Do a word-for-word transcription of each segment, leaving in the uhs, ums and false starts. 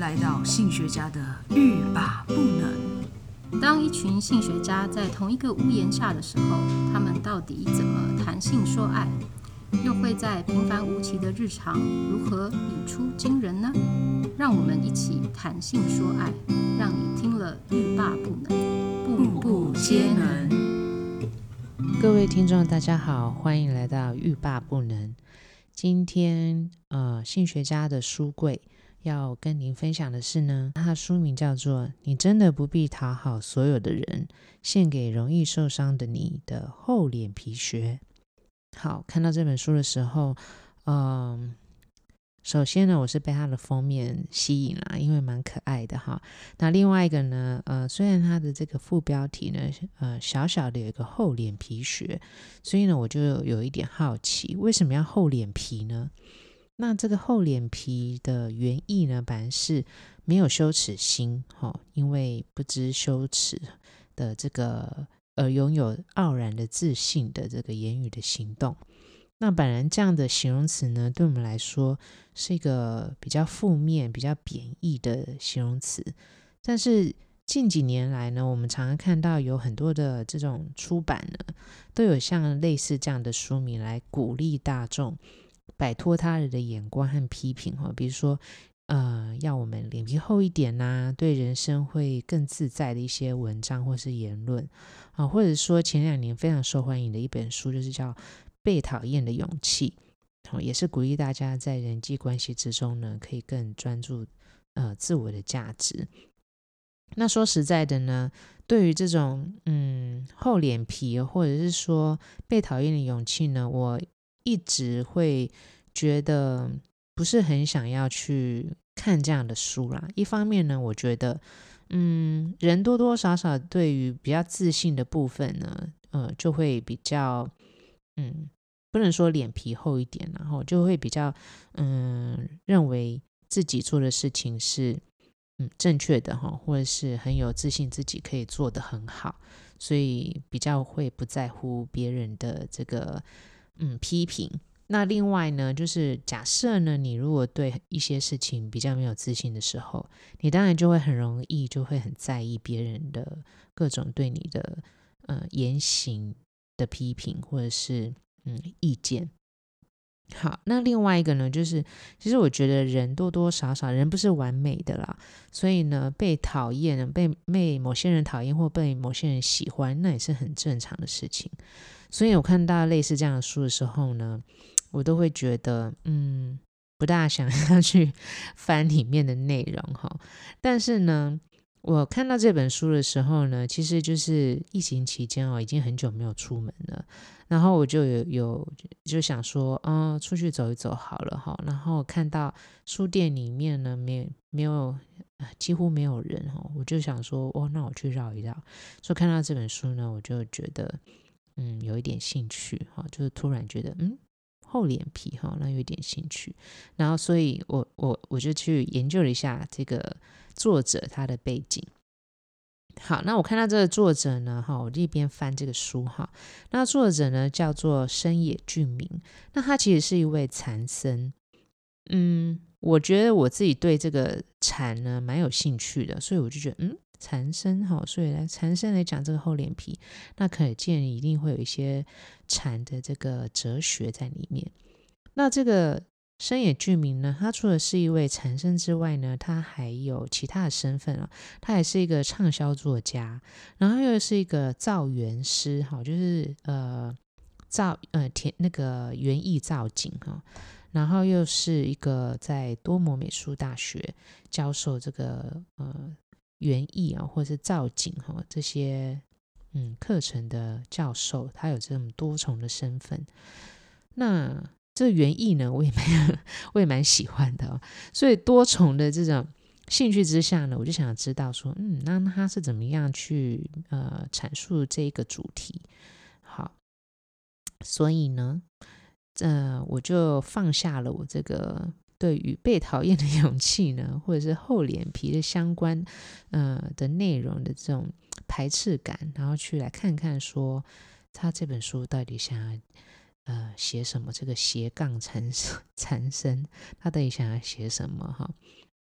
来到性学家的欲罢不能。 当一群性学家在同一个屋檐下的时候，他们到底怎么谈性说爱？又会在平凡无奇的日常如何语出惊人呢？让我们一起谈性说爱，让你听了欲罢不能，步步皆能。 各位听众大家好，欢迎来到欲罢不能。今天呃，性学家的书柜要跟您分享的是呢，它的书名叫做你真的不必讨好所有的人，献给容易受伤的你的厚脸皮学。好，看到这本书的时候嗯，首先呢，我是被它的封面吸引啦，因为蛮可爱的哈。那另外一个呢，呃，虽然它的这个副标题呢，呃，小小的有一个厚脸皮学，所以呢，我就有一点好奇，为什么要厚脸皮呢？那这个厚脸皮的原意呢，本来是没有羞耻心，哦，因为不知羞耻的这个而拥有傲然的自信的这个言语的行动。那本来这样的形容词呢，对我们来说是一个比较负面、比较贬义的形容词。但是近几年来呢，我们常常看到有很多的这种出版呢，都有像类似这样的书名来鼓励大众摆脱他人的眼光和批评，比如说呃，要我们脸皮厚一点啊，对人生会更自在的一些文章或是言论啊，或者说前两年非常受欢迎的一本书，就是叫被讨厌的勇气，也是鼓励大家在人际关系之中呢，可以更专注呃自我的价值。那说实在的呢，对于这种嗯厚脸皮或者是说被讨厌的勇气呢，我一直会觉得不是很想要去看这样的书啦。一方面呢，我觉得嗯人多多少少对于比较自信的部分呢，呃就会比较嗯不能说脸皮厚一点，然后就会比较嗯认为自己做的事情是嗯正确的，或者是很有自信自己可以做得很好，所以比较会不在乎别人的这个嗯批评。那另外呢，就是假设呢，你如果对一些事情比较没有自信的时候，你当然就会很容易就会很在意别人的各种对你的呃言行的批评或者是嗯意见。好，那另外一个呢，就是其实我觉得人多多少少人不是完美的啦，所以呢被讨厌被被某些人讨厌或被某些人喜欢，那也是很正常的事情。所以我看到类似这样的书的时候呢，我都会觉得嗯不大想要去翻里面的内容哈。但是呢我看到这本书的时候呢，其实就是疫情期间哦，已经很久没有出门了，然后我就有有就想说嗯，出去走一走好了哈。然后看到书店里面呢没没有几乎没有人哈，我就想说哦，那我去绕一绕。所以看到这本书呢，我就觉得嗯有一点兴趣哈，就是突然觉得嗯厚脸皮哈，那有一点兴趣。然后所以我我我就去研究了一下这个作者他的背景。好，那我看到这个作者呢，我就一边翻这个书哈。那作者呢叫做深野俊明，那他其实是一位禅僧。嗯，我觉得我自己对这个禅呢蛮有兴趣的，所以我就觉得嗯，禅僧哈，所以来禅僧来讲这个厚脸皮，那可见一定会有一些禅的这个哲学在里面。那这个深野俊明呢，他除了是一位禅僧之外呢，他还有其他的身份哦。他也是一个畅销作家，然后又是一个造园师，就是呃造呃填那个园艺造景哈，然后又是一个在多摩美术大学教授这个呃园艺啊或是造景哈这些嗯课程的教授，他有这么多重的身份。那这个园艺呢，我也蛮我也蛮喜欢的哦，所以多重的这种兴趣之下呢，我就想知道说，嗯，那他是怎么样去呃阐述这个主题？好，所以呢，呃，我就放下了我这个对于被讨厌的勇气呢，或者是厚脸皮的相关呃的内容的这种排斥感，然后去来看看说他这本书到底想要呃，写什么？这个斜杠禅禅僧，他到底想要写什么哈？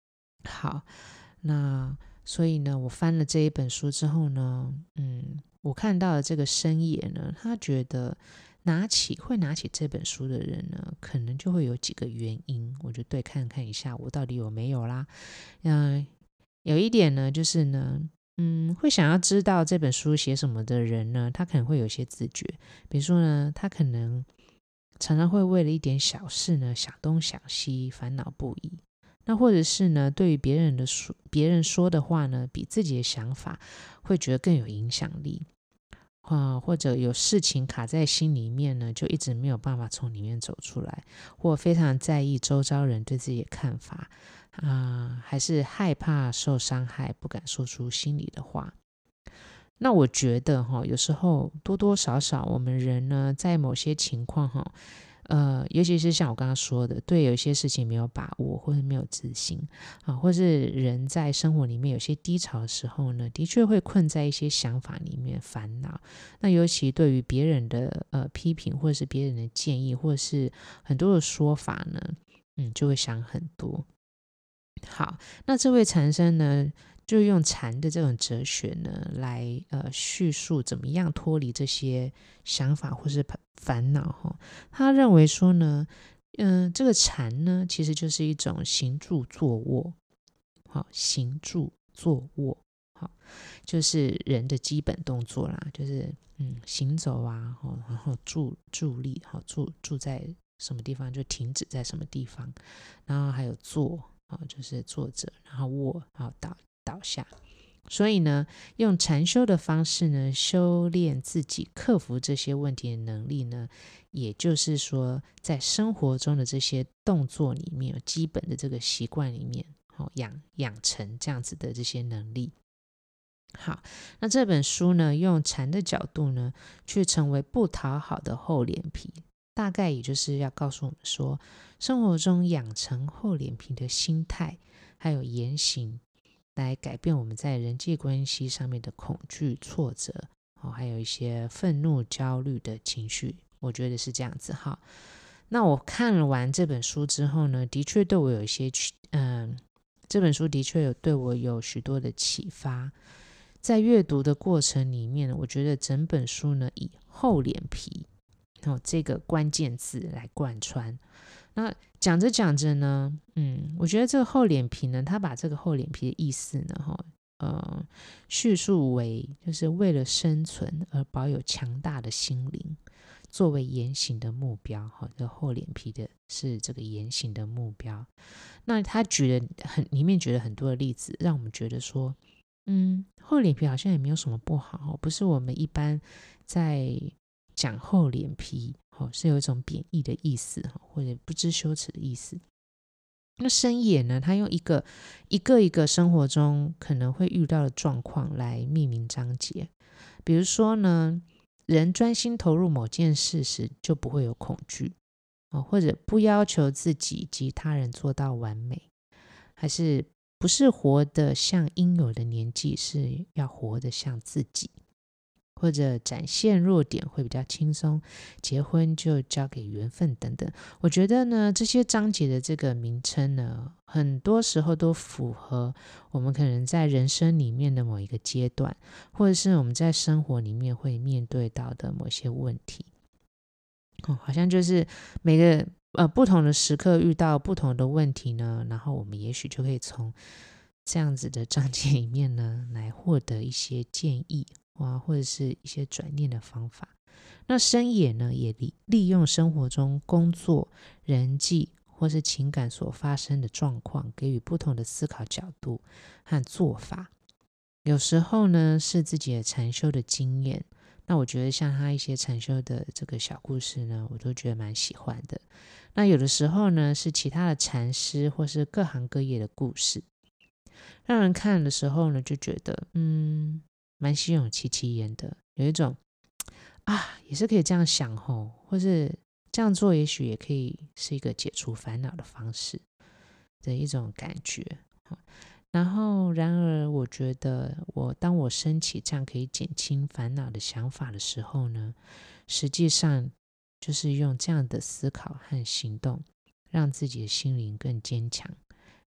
好，那所以呢，我翻了这一本书之后呢，嗯，我看到了这个深野呢，他觉得拿起会拿起这本书的人呢，可能就会有几个原因，我就对看看一下我到底有没有啦。嗯、呃，有一点呢，就是呢，嗯，会想要知道这本书写什么的人呢，他可能会有一些自觉，比如说呢，他可能常常会为了一点小事呢，想东想西，烦恼不已。那或者是呢，对于别人的说别人说的话呢，比自己的想法会觉得更有影响力。啊，或者有事情卡在心里面呢，就一直没有办法从里面走出来，或非常在意周遭人对自己的看法，啊，还是害怕受伤害，不敢说出心里的话。那我觉得哈，有时候多多少少我们人呢，在某些情况哈，呃，尤其是像我刚刚说的，对有一些事情没有把握，或者没有自信啊，或是人在生活里面有些低潮的时候呢，的确会困在一些想法里面烦恼。那尤其对于别人的呃批评，或者是别人的建议，或者是很多的说法呢，嗯，就会想很多。好，那这位禅师呢，就用禅的这种哲学呢，来呃叙述怎么样脱离这些想法或是烦恼哈。他认为说呢，嗯、呃，这个禅呢，其实就是一种行住坐卧，好，行住坐卧，好，就是人的基本动作啦，就是嗯行走啊，然后伫伫立，好住住在什么地方就停止在什么地方，然后还有坐。哦、就是坐着，然后卧，然后倒倒下。所以呢，用禅修的方式呢，修炼自己克服这些问题的能力呢，也就是说，在生活中的这些动作里面，有基本的这个习惯里面，哦、养养成这样子的这些能力。好，那这本书呢，用禅的角度呢，去成为不讨好的厚脸皮。大概也就是要告诉我们说，生活中养成厚脸皮的心态，还有言行，来改变我们在人际关系上面的恐惧、挫折，哦，还有一些愤怒、焦虑的情绪。我觉得是这样子哈。那我看了完这本书之后呢，的确对我有一些，嗯，这本书的确有对我有许多的启发。在阅读的过程里面，我觉得整本书呢，以厚脸皮哦，这个关键字来贯穿。那讲着讲着呢，嗯，我觉得这个厚脸皮呢，他把这个厚脸皮的意思呢，哈，呃，叙述为就是为了生存而保有强大的心灵，作为言行的目标。哈，这厚脸皮的是这个言行的目标。那他举了很里面举了很多的例子，让我们觉得说，嗯，厚脸皮好像也没有什么不好，不是我们一般在讲厚脸皮、哦、是有一种贬义的意思，或者不知羞耻的意思。那深野呢，他用一个一个一个生活中可能会遇到的状况来命名章节。比如说呢，人专心投入某件事时就不会有恐惧、哦、或者不要求自己及他人做到完美，还是不是活得像应有的年纪，是要活得像自己，或者展现弱点会比较轻松，结婚就交给缘分等等。我觉得呢，这些章节的这个名称呢，很多时候都符合我们可能在人生里面的某一个阶段，或者是我们在生活里面会面对到的某些问题。哦、好像就是每个呃不同的时刻遇到不同的问题呢，然后我们也许就可以从这样子的章节里面呢，来获得一些建议啊，或者是一些转念的方法。那深野呢，也利用生活中工作、人际或是情感所发生的状况，给予不同的思考角度和做法。有时候呢，是自己的禅修的经验。那我觉得像他一些禅修的这个小故事呢，我都觉得蛮喜欢的。那有的时候呢，是其他的禅师或是各行各业的故事，让人看的时候呢，就觉得嗯，蛮心有戚戚焉的，有一种啊，也是可以这样想吼，或是这样做，也许也可以是一个解除烦恼的方式的一种感觉。然后然而我觉得我当我升起这样可以减轻烦恼的想法的时候呢，实际上就是用这样的思考和行动，让自己的心灵更坚强，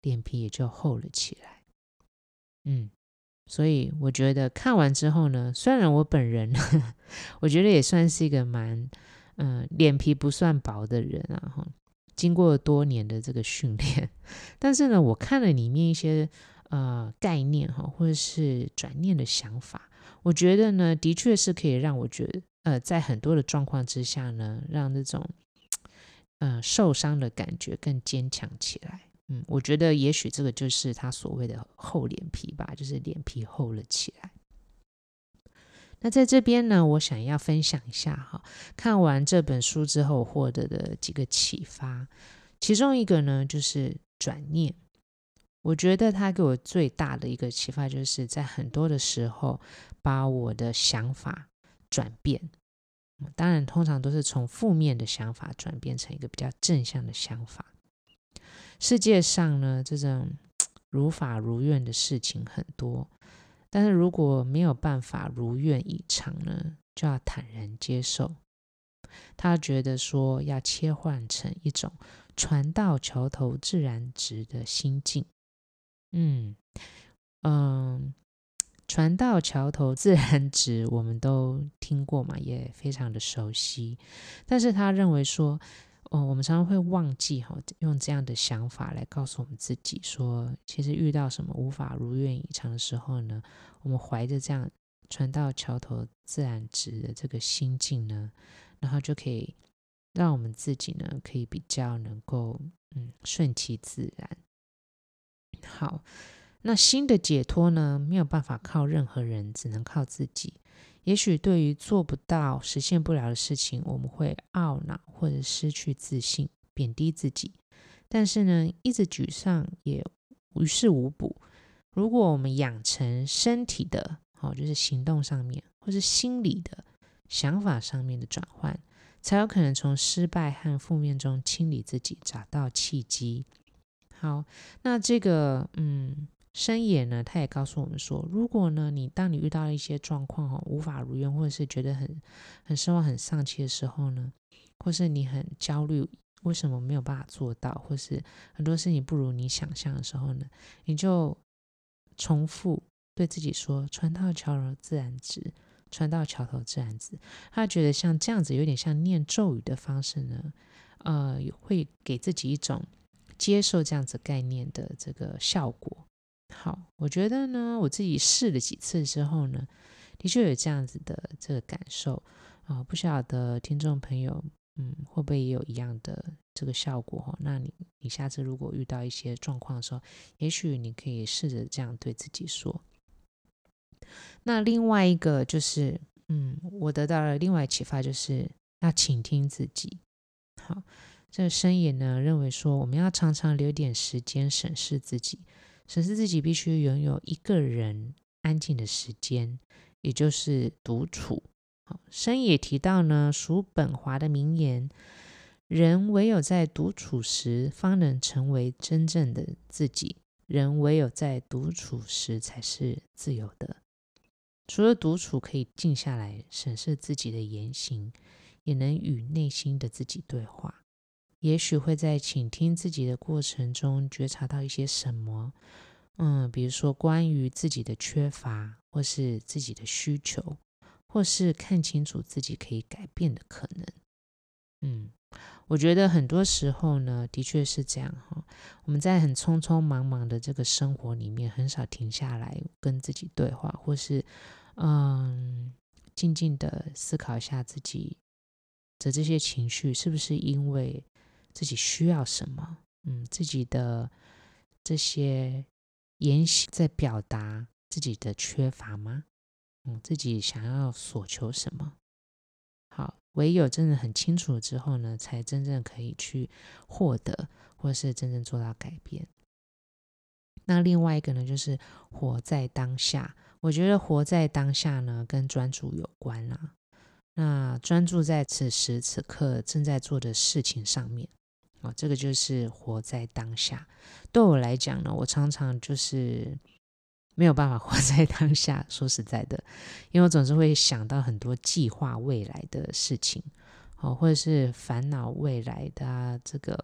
脸皮也就厚了起来。嗯，所以我觉得看完之后呢，虽然我本人我觉得也算是一个蛮嗯脸皮不算薄的人啊，经过多年的这个训练，但是呢，我看了里面一些呃概念哈，或者是转念的想法，我觉得呢，的确是可以让我觉得呃，在很多的状况之下呢，让那种呃受伤的感觉更坚强起来。嗯，我觉得也许这个就是他所谓的厚脸皮吧，就是脸皮厚了起来。那在这边呢，我想要分享一下哈，看完这本书之后获得的几个启发。其中一个呢，就是转念。我觉得他给我最大的一个启发，就是在很多的时候，把我的想法转变。当然，通常都是从负面的想法转变成一个比较正向的想法。世界上呢，这种如法如愿的事情很多。但是如果没有办法如愿以偿呢，就要坦然接受。他觉得说要切换成一种船到桥头自然直的心境。嗯嗯，船到桥头自然直，我们都听过嘛，也非常的熟悉。但是他认为说，哦，我们常常会忘记用这样的想法来告诉我们自己说，其实遇到什么无法如愿以偿的时候呢，我们怀着这样船到桥头自然直的这个心境呢，然后就可以让我们自己呢，可以比较能够嗯顺其自然。好，那心的解脱呢，没有办法靠任何人，只能靠自己。也许对于做不到、实现不了的事情，我们会懊恼或者失去自信，贬低自己。但是呢，一直沮丧也于事无补。如果我们养成身体的，哦，就是行动上面，或是心理的想法上面的转换，才有可能从失败和负面中清理自己，找到契机。好，那这个嗯。深野呢，他也告诉我们说，如果呢，你当你遇到一些状况哦，无法如愿，或者是觉得很很失望、很丧气的时候呢，或是你很焦虑，为什么没有办法做到，或是很多事情不如你想象的时候呢，你就重复对自己说：“船到桥头自然直，船到桥头自然直。”他觉得像这样子，有点像念咒语的方式呢，呃，会给自己一种接受这样子概念的这个效果。好，我觉得呢，我自己试了几次之后呢，的确有这样子的这个感受啊、呃，不晓得听众朋友，嗯，会不会也有一样的这个效果哈？那你你下次如果遇到一些状况的时候，也许你可以试着这样对自己说。那另外一个就是，嗯，我得到了另外启发，就是要倾听自己。好，这个深野呢认为说，我们要常常留点时间审视自己。审视自己必须拥有一个人安静的时间，也就是独处。深野提到呢，叔本华的名言：人唯有在独处时，方能成为真正的自己；人唯有在独处时，才是自由的。除了独处可以静下来审视自己的言行，也能与内心的自己对话。也许会在倾听自己的过程中觉察到一些什么，嗯，比如说关于自己的缺乏，或是自己的需求，或是看清楚自己可以改变的可能。嗯，我觉得很多时候呢，的确是这样哈。我们在很匆匆忙忙的这个生活里面，很少停下来跟自己对话，或是嗯，静静的思考一下自己的这些情绪是不是因为自己需要什么，嗯，自己的这些言行在表达自己的缺乏吗？嗯，自己想要索求什么？好，唯有真的很清楚之后呢，才真正可以去获得，或是真正做到改变。那另外一个呢，就是活在当下。我觉得活在当下呢，跟专注有关啦。那专注在此时此刻正在做的事情上面。哦，这个就是活在当下。对我来讲呢，我常常就是没有办法活在当下，说实在的，因为我总是会想到很多计划未来的事情，哦，或者是烦恼未来的、啊、这个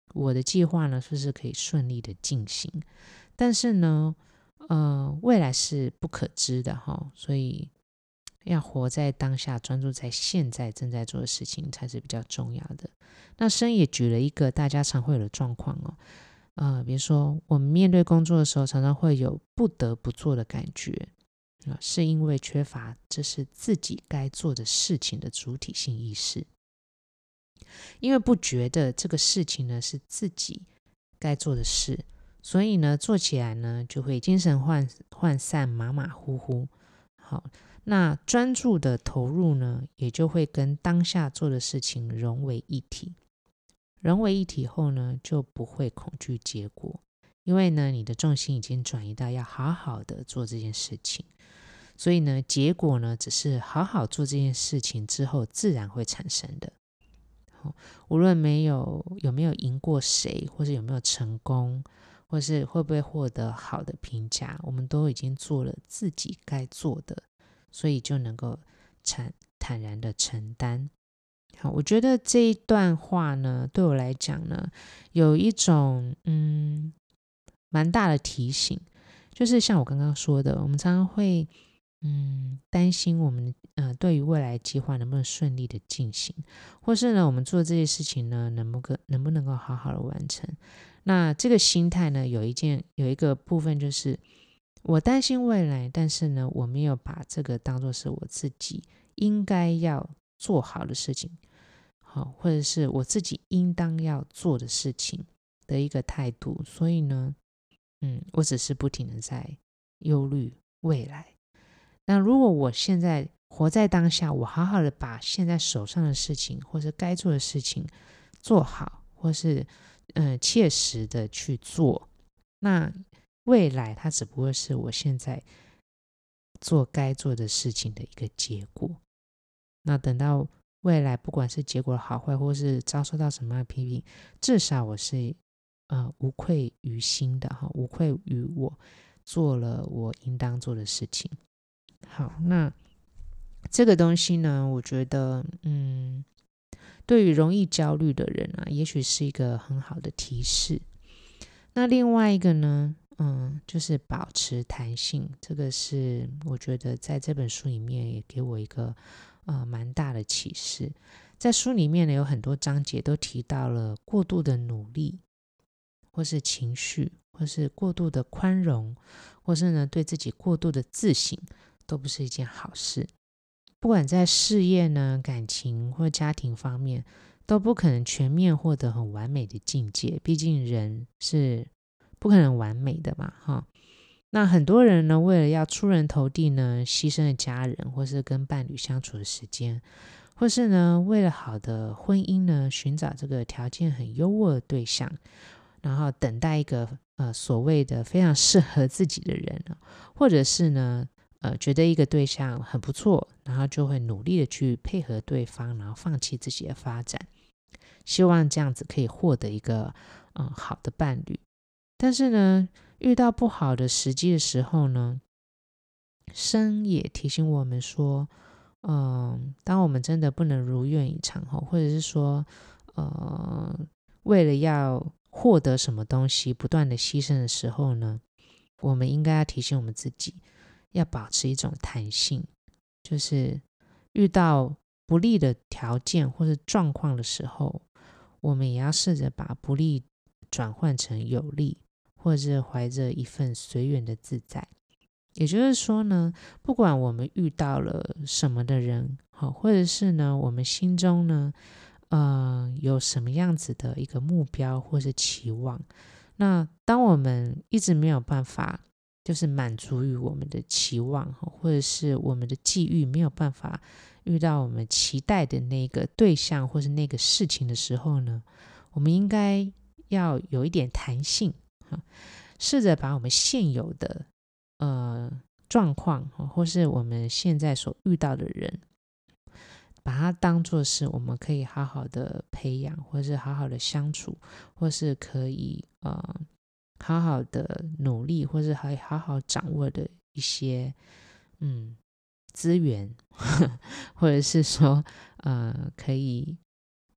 我的计划呢是不是可以顺利的进行？但是呢，呃，未来是不可知的哈，所以要活在当下，专注在现在正在做的事情才是比较重要的。那生也举了一个大家常会有的状况哦，呃，比如说我们面对工作的时候，常常会有不得不做的感觉，呃、是因为缺乏这是自己该做的事情的主体性意识，因为不觉得这个事情呢是自己该做的事，所以呢做起来呢就会精神涣涣散，马马虎虎。好，那专注的投入呢，也就会跟当下做的事情融为一体。融为一体后呢，就不会恐惧结果，因为呢，你的重心已经转移到要好好的做这件事情，所以呢，结果呢，只是好好做这件事情之后自然会产生的。无论没有有没有赢过谁，或是有没有成功，或是会不会获得好的评价，我们都已经做了自己该做的，所以就能够坦坦然的承担。好，我觉得这一段话呢，对我来讲呢，有一种嗯蛮大的提醒，就是像我刚刚说的，我们常常会嗯担心我们呃对于未来计划能不能顺利的进行，或是呢我们做这些事情呢能不能不能够好好的完成。那这个心态呢，有一件有一个部分就是我担心未来，但是呢我没有把这个当作是我自己应该要做好的事情，好，或者是我自己应当要做的事情的一个态度，所以呢嗯，我只是不停的在忧虑未来。那如果我现在活在当下，我好好的把现在手上的事情或是该做的事情做好，或是呃切实的去做，那未来它只不过是我现在做该做的事情的一个结果。那等到未来不管是结果好坏，或是遭受到什么样的批评，至少我是呃无愧于心的，无愧于我做了我应当做的事情。好，那这个东西呢，我觉得嗯，对于容易焦虑的人啊，也许是一个很好的提示。那另外一个呢，嗯，就是保持弹性，这个是我觉得在这本书里面也给我一个呃蛮大的启示。在书里面呢，有很多章节都提到了过度的努力，或是情绪，或是过度的宽容，或是呢对自己过度的自省，都不是一件好事。不管在事业呢、感情或家庭方面，都不可能全面获得很完美的境界，毕竟人是不可能完美的嘛，哈。那很多人呢，为了要出人头地呢，牺牲了家人或是跟伴侣相处的时间，或是呢为了好的婚姻呢，寻找这个条件很优渥的对象，然后等待一个呃所谓的非常适合自己的人，或者是呢呃觉得一个对象很不错，然后就会努力的去配合对方，然后放弃自己的发展，希望这样子可以获得一个嗯好的伴侣。但是呢遇到不好的时机的时候呢，生也提醒我们说嗯，当我们真的不能如愿以偿，或者是说呃为了要获得什么东西不断的牺牲的时候呢，我们应该要提醒我们自己要保持一种弹性，就是遇到不利的条件或是状况的时候，我们也要试着把不利转换成有利，或者是怀着一份随缘的自在。也就是说呢，不管我们遇到了什么的人，或者是呢我们心中呢呃有什么样子的一个目标或是期望，那当我们一直没有办法就是满足于我们的期望，或者是我们的际遇没有办法遇到我们期待的那个对象或是那个事情的时候呢，我们应该要有一点弹性，试着把我们现有的呃状况，或是我们现在所遇到的人，把它当作是我们可以好好的培养，或是好好的相处，或是可以呃好好的努力，或是还好好掌握的一些嗯资源，或者是说呃可以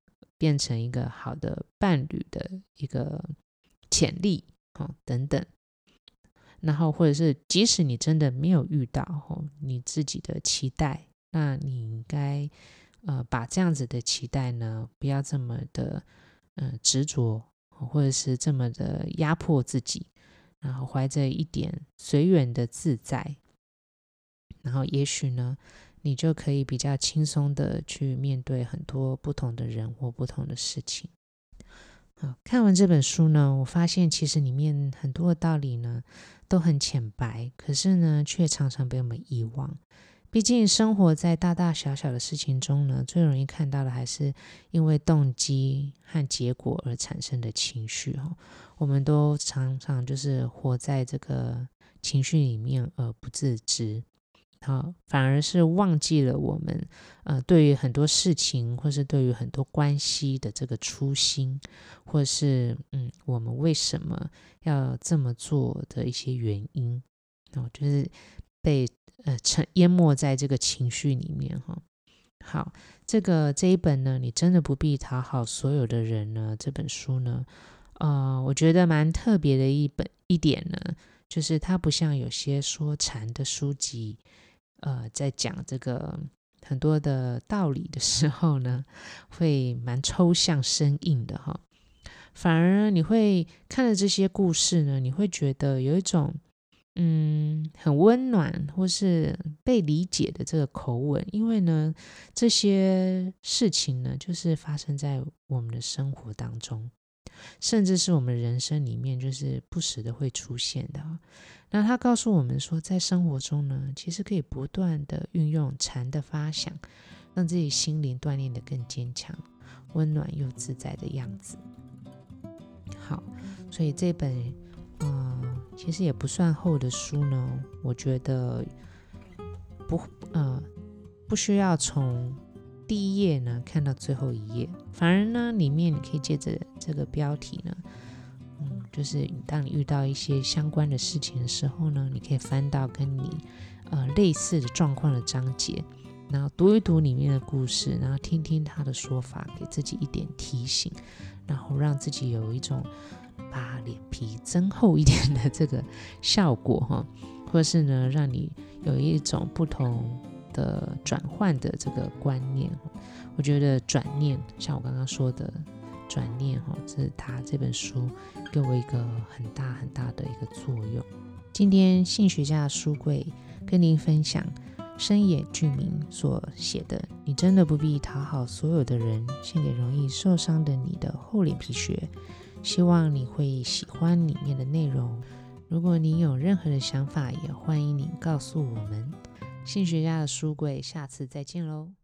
变成一个好的伴侣的一个潜力、哦、等等。然后或者是即使你真的没有遇到、哦、你自己的期待，那你应该呃把这样子的期待呢不要这么的呃执着，或者是这么的压迫自己，然后怀着一点随缘的自在，然后也许呢你就可以比较轻松的去面对很多不同的人或不同的事情。好，看完这本书呢，我发现其实里面很多的道理呢都很浅白，可是呢却常常被我们遗忘。毕竟生活在大大小小的事情中呢，最容易看到的还是因为动机和结果而产生的情绪、哦、我们都常常就是活在这个情绪里面而不自知，好，反而是忘记了我们呃对于很多事情或是对于很多关系的这个初心，或是嗯我们为什么要这么做的一些原因、哦、就是被呃淹没在这个情绪里面、哦、好，这个这一本呢，你真的不必讨好所有的人呢，这本书呢呃我觉得蛮特别的一本一点呢，就是它不像有些说禅的书籍呃，在讲这个很多的道理的时候呢，会蛮抽象生硬的哈。反而你会看了这些故事呢，你会觉得有一种嗯很温暖或是被理解的这个口吻，因为呢这些事情呢就是发生在我们的生活当中，甚至是我们人生里面就是不时的会出现的。那他告诉我们说，在生活中呢，其实可以不断的运用禅的发想，让自己心灵锻炼得更坚强，温暖又自在的样子。好，所以这本呃其实也不算厚的书呢，我觉得不呃不需要从第一页呢看到最后一页，反而呢里面你可以借着这个标题呢嗯，就是当你遇到一些相关的事情的时候呢，你可以翻到跟你呃类似的状况的章节，然后读一读里面的故事，然后听听他的说法，给自己一点提醒，然后让自己有一种把脸皮增厚一点的这个效果哈，或是呢让你有一种不同的转换的这个观念。我觉得转念，像我刚刚说的转念，这是他这本书给我一个很大很大的一个作用。今天性学家的书柜跟您分享深野俊明所写的你真的不必讨好所有的人，献给容易受伤的你的厚脸皮学，希望你会喜欢里面的内容。如果你有任何的想法，也欢迎你告诉我们。性学家的书柜，下次再见喽。